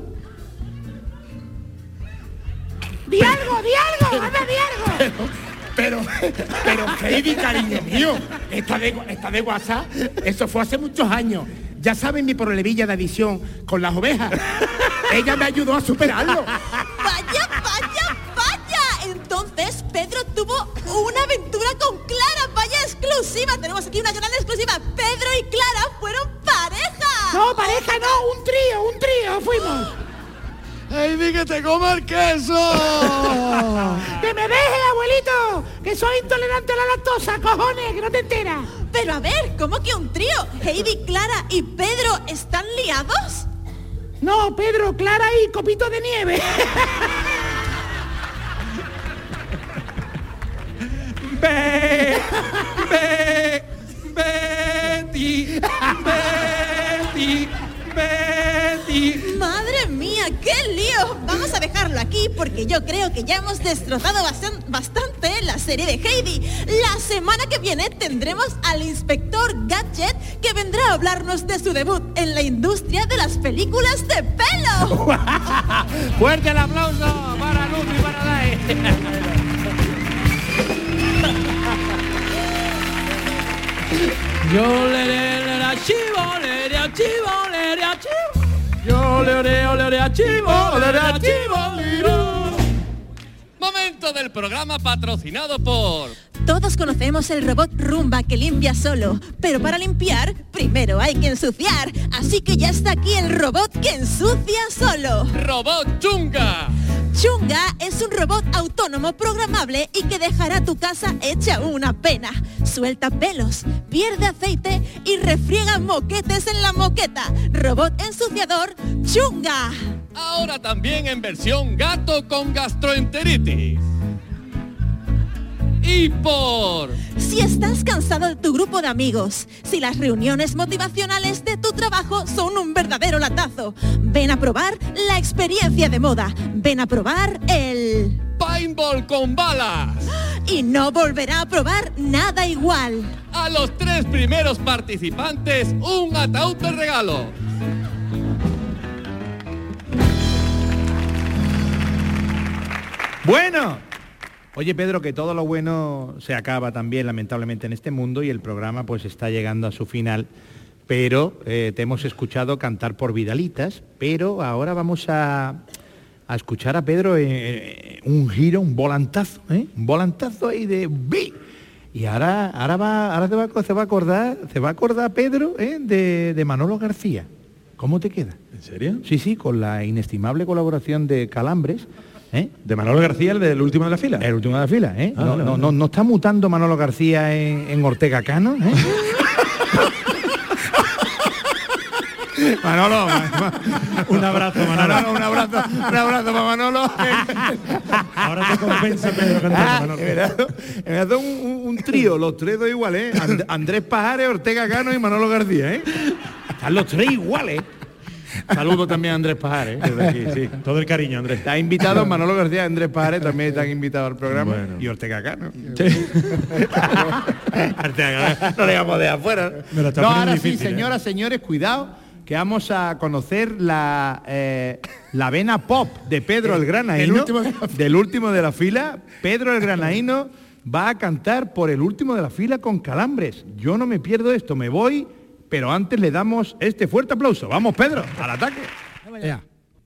S5: ¡Di algo! ¡Anda, di algo!
S11: Pero, Heidi, cariño mío, esta de WhatsApp, eso fue hace muchos años. Ya saben mi problemilla de adicción con las ovejas. Ella me ayudó a superarlo.
S9: ¡Vaya, vaya, vaya! Entonces Pedro tuvo una aventura con Clara. ¡Vaya exclusiva! Tenemos aquí una gran exclusiva. Pedro y Clara fueron pareja.
S11: No, pareja no, un trío fuimos.
S8: ¡Heidi, que te coma el queso!
S11: ¡Que me deje, abuelito! ¡Que soy intolerante a la lactosa, cojones! ¡Que no te enteras!
S9: Pero a ver, ¿cómo que un trío? ¿Heidi, Clara y Pedro están liados?
S11: No, Pedro, Clara y Copito de Nieve.
S2: Betty.
S9: ¡Madre mía, qué lío! Vamos a dejarlo aquí porque yo creo que ya hemos destrozado bastante la serie de Heidi. La semana que viene tendremos al inspector Gadget, que vendrá a hablarnos de su debut en la industria de las películas de pelo.
S3: Fuerte el aplauso para Luz y para Dai.
S2: Yo le a chivo, le a chivo, le a chivo. Yo le a chivo, le a chivo.
S13: Momento del programa patrocinado por...
S9: Todos conocemos el robot Rumba que limpia solo, pero para limpiar primero hay que ensuciar. Así que ya está aquí el robot que ensucia solo.
S13: Robot Chunga.
S9: Chunga es un robot autónomo programable y que dejará tu casa hecha una pena. Suelta pelos, pierde aceite y refriega moquetes en la moqueta. Robot ensuciador Chunga.
S13: Ahora también en versión gato con gastroenteritis. Y por...
S9: Si estás cansado de tu grupo de amigos, si las reuniones motivacionales de tu trabajo son un verdadero latazo, ven a probar la experiencia de moda. Ven a probar el...
S13: Paintball con balas.
S9: Y no volverá a probar nada igual.
S13: A los 3 primeros participantes, un ataúd de regalo.
S3: Bueno. Oye, Pedro, que todo lo bueno se acaba también, lamentablemente, en este mundo y el programa pues está llegando a su final, pero te hemos escuchado cantar por Vidalitas, pero ahora vamos a escuchar a Pedro un giro, un volantazo ahí de... Y ahora se va a acordar Pedro de Manolo García. ¿Cómo te queda?
S6: ¿En serio?
S3: Sí, con la inestimable colaboración de Calambres.
S6: De Manolo García, el del último de la fila.
S3: El último de la fila, ¿eh?
S6: Ah,
S3: no está mutando Manolo García en Ortega Cano, ¿eh? Manolo,
S6: un abrazo, Manolo.
S3: Un abrazo para Manolo.
S6: Ahora te compensa, Pedro, cantar, Manolo.
S3: Me hace un trío, los tres dos iguales, ¿eh? Andrés Pajares, Ortega Cano y Manolo García, ¿eh? Están los tres iguales. Saludo también a Andrés Pajares, desde aquí, sí.
S6: Todo el cariño, Andrés.
S3: Está invitado Manolo García y Andrés Pajares, también están invitados al programa.
S6: Bueno.
S3: Y Ortega Cano.
S6: Sí.
S3: No le vamos de afuera.
S6: No,
S3: ahora
S6: difícil,
S3: sí, señoras, señores, cuidado, que vamos a conocer la vena pop de Pedro el Granaíno, del último de la fila. Pedro el Granaíno va a cantar por el último de la fila con Calambres. Yo no me pierdo esto, me voy... Pero antes le damos este fuerte aplauso. Vamos, Pedro, al ataque.
S11: Ya.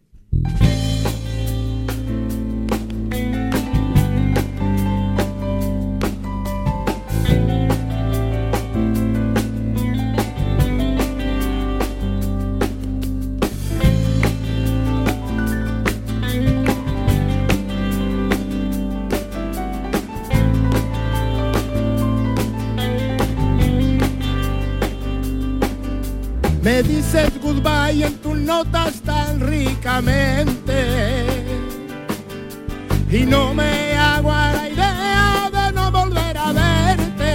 S11: Me dices goodbye en tus notas tan ricamente y no me hago a la idea de no volver a verte.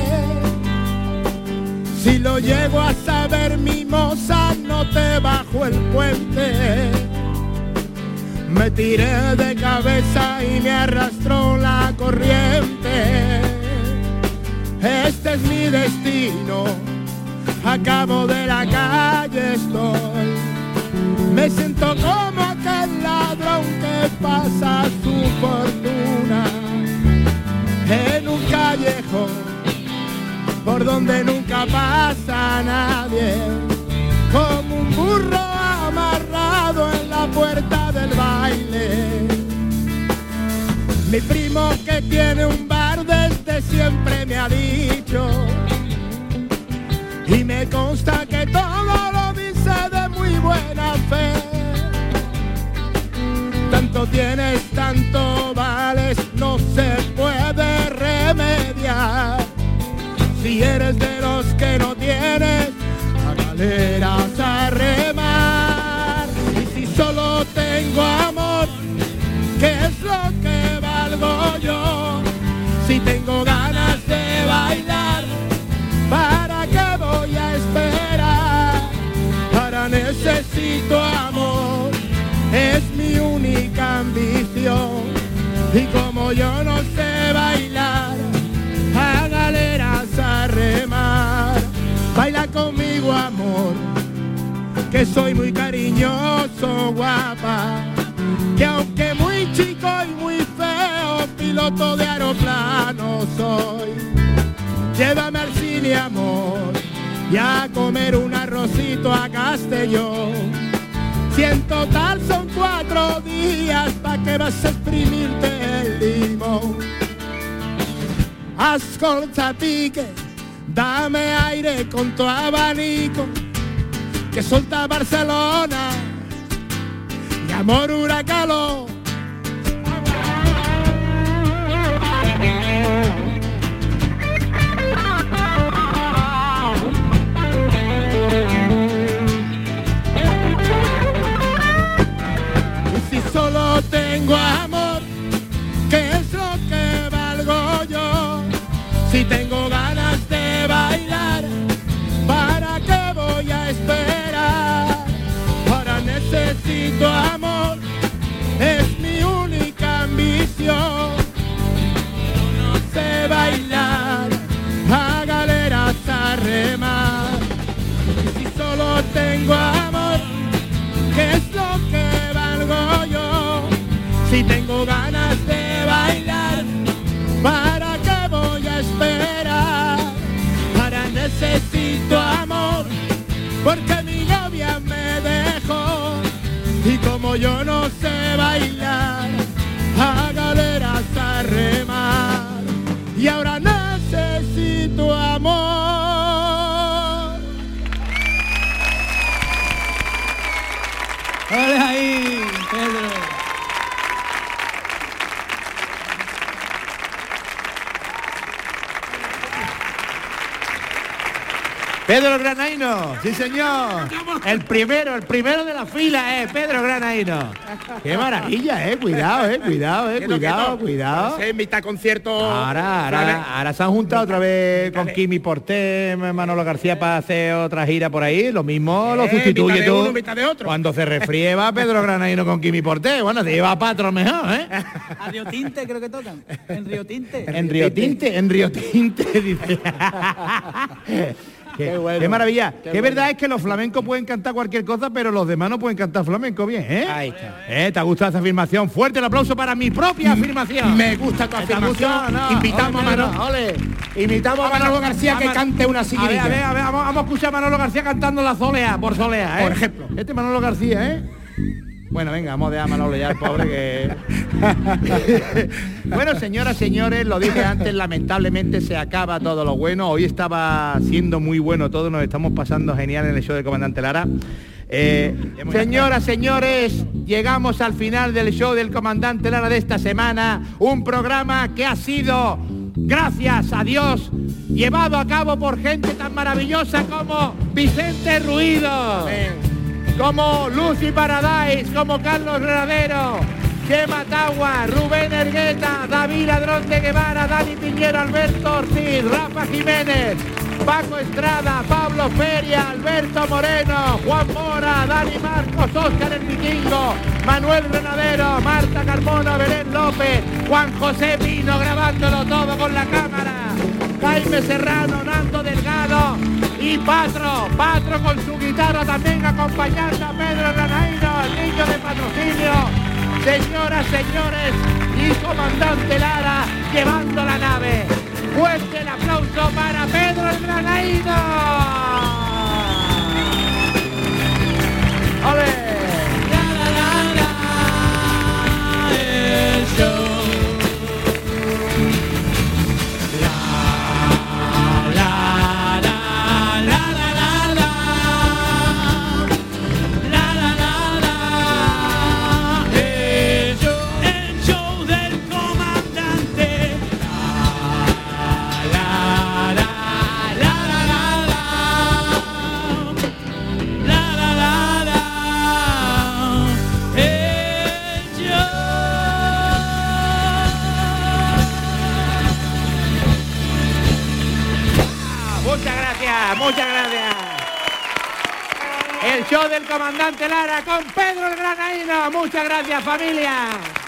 S11: Si lo llego a saber, mimosa, no te bajo el puente. Me tiré de cabeza y me arrastró la corriente. Este es mi destino. Acabo de la calle estoy, me siento como aquel ladrón que pasa su fortuna en un callejón por donde nunca pasa nadie, como Mi primo que tiene un bar desde siempre me ha dicho, y me consta que todo lo dice de muy buena fe. Tanto tienes, tanto vales, no se puede remediar. Si eres de los que no tienes, a galeras a remar. Y si solo tengo amor, ¿qué es lo que valgo yo? Si tengo ganas de bailar, ¿para qué voy a esperar? Ahora necesito amor, es mi única ambición. Y como yo no sé bailar, a galeras a remar. Baila conmigo, amor, que soy muy cariñoso, guapa. Que aunque muy chico y muy feo, piloto de aeroplano soy. Llévame al cine, amor, y a comer un arrocito a Castellón. Si en total son 4 días, ¿pa' qué vas a exprimirte el limón? Ascolta, pique, dame aire con tu abanico, que solta Barcelona y amor huracalo. Y si solo tengo amor, ¿qué es lo que valgo yo? Si tengo ganas de bailar, ¿para qué voy a esperar? Ahora necesito amor, es mi única ambición. No sé bailar, a galeras a remar. Y si solo tengo amor, ¿qué es lo que valgo yo? Si tengo ganas de bailar, ¿para qué voy a esperar? Ahora necesito amor, porque mi novia me dejó. Y como yo no sé bailar, a galeras a remar. Y ahora necesito amor.
S2: ¡Ole ahí, Pedro!
S3: Pedro Granaíno, sí señor. El primero de la fila, Pedro Granaíno. Qué maravilla, cuidado, cuidado.
S5: En mitad concierto.
S3: Ahora se han juntado otra vez con Kimi Porté, Manolo García para hacer otra gira por ahí. Lo mismo lo sustituye
S5: mitad de
S3: tú.
S5: uno, mitad de otro.
S3: Cuando se refríe va Pedro Granaíno con Kimi Porté. Bueno, te lleva a Patro mejor,
S2: A Río Tinte creo que tocan. En Río Tinte.
S3: En Río Tinte, dice. Qué maravilla. Qué verdad es que los flamencos pueden cantar cualquier cosa, pero los demás no pueden cantar flamenco bien,
S5: Ahí está.
S3: ¿Te ha gustado esa afirmación? Fuerte el aplauso para mi propia afirmación.
S5: Me gusta tu afirmación.
S3: No,
S5: Invitamos a Manolo. Invitamos a Manolo García que cante una siguirilla.
S3: A ver, vamos a escuchar a Manolo García cantando la Solea, por Solea,
S5: Por ejemplo.
S3: Este Manolo García, Bueno, venga, vamos a dejar a Manolo ya, el pobre que... Bueno, señoras, señores, lo dije antes, lamentablemente se acaba todo lo bueno. Hoy estaba siendo muy bueno todo, nos estamos pasando genial en el show del Comandante Lara. Señoras, señores, llegamos al final del show del Comandante Lara de esta semana. Un programa que ha sido, gracias a Dios, llevado a cabo por gente tan maravillosa como Vicente Ruido. Como Lucy Paradise, como Carlos Granadero, Chema Tagua, Rubén Ergueta, David Ladrón de Guevara, Dani Piñero, Alberto Ortiz, Rafa Jiménez, Paco Estrada, Pablo Feria, Alberto Moreno, Juan Mora, Dani Marcos, Óscar el Vikingo, Manuel Granadero, Marta Carmona, Belén López, Juan José Pino grabándolo todo con la cámara, Jaime Serrano, Nando Delgado y Patro con su guitarra también acompañando a Pedro Granaíno, el niño de patrocinio. Señoras, señores, y Comandante Lara llevando la nave. Fuerte el aplauso para Pedro el Granaíno. ¡Ole!
S2: El show
S3: gracias. El show del comandante Lara con Pedro el Granaíno. Muchas gracias, familia.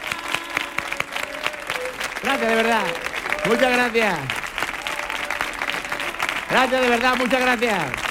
S3: Gracias, de verdad. Muchas gracias. Gracias, de verdad, muchas gracias.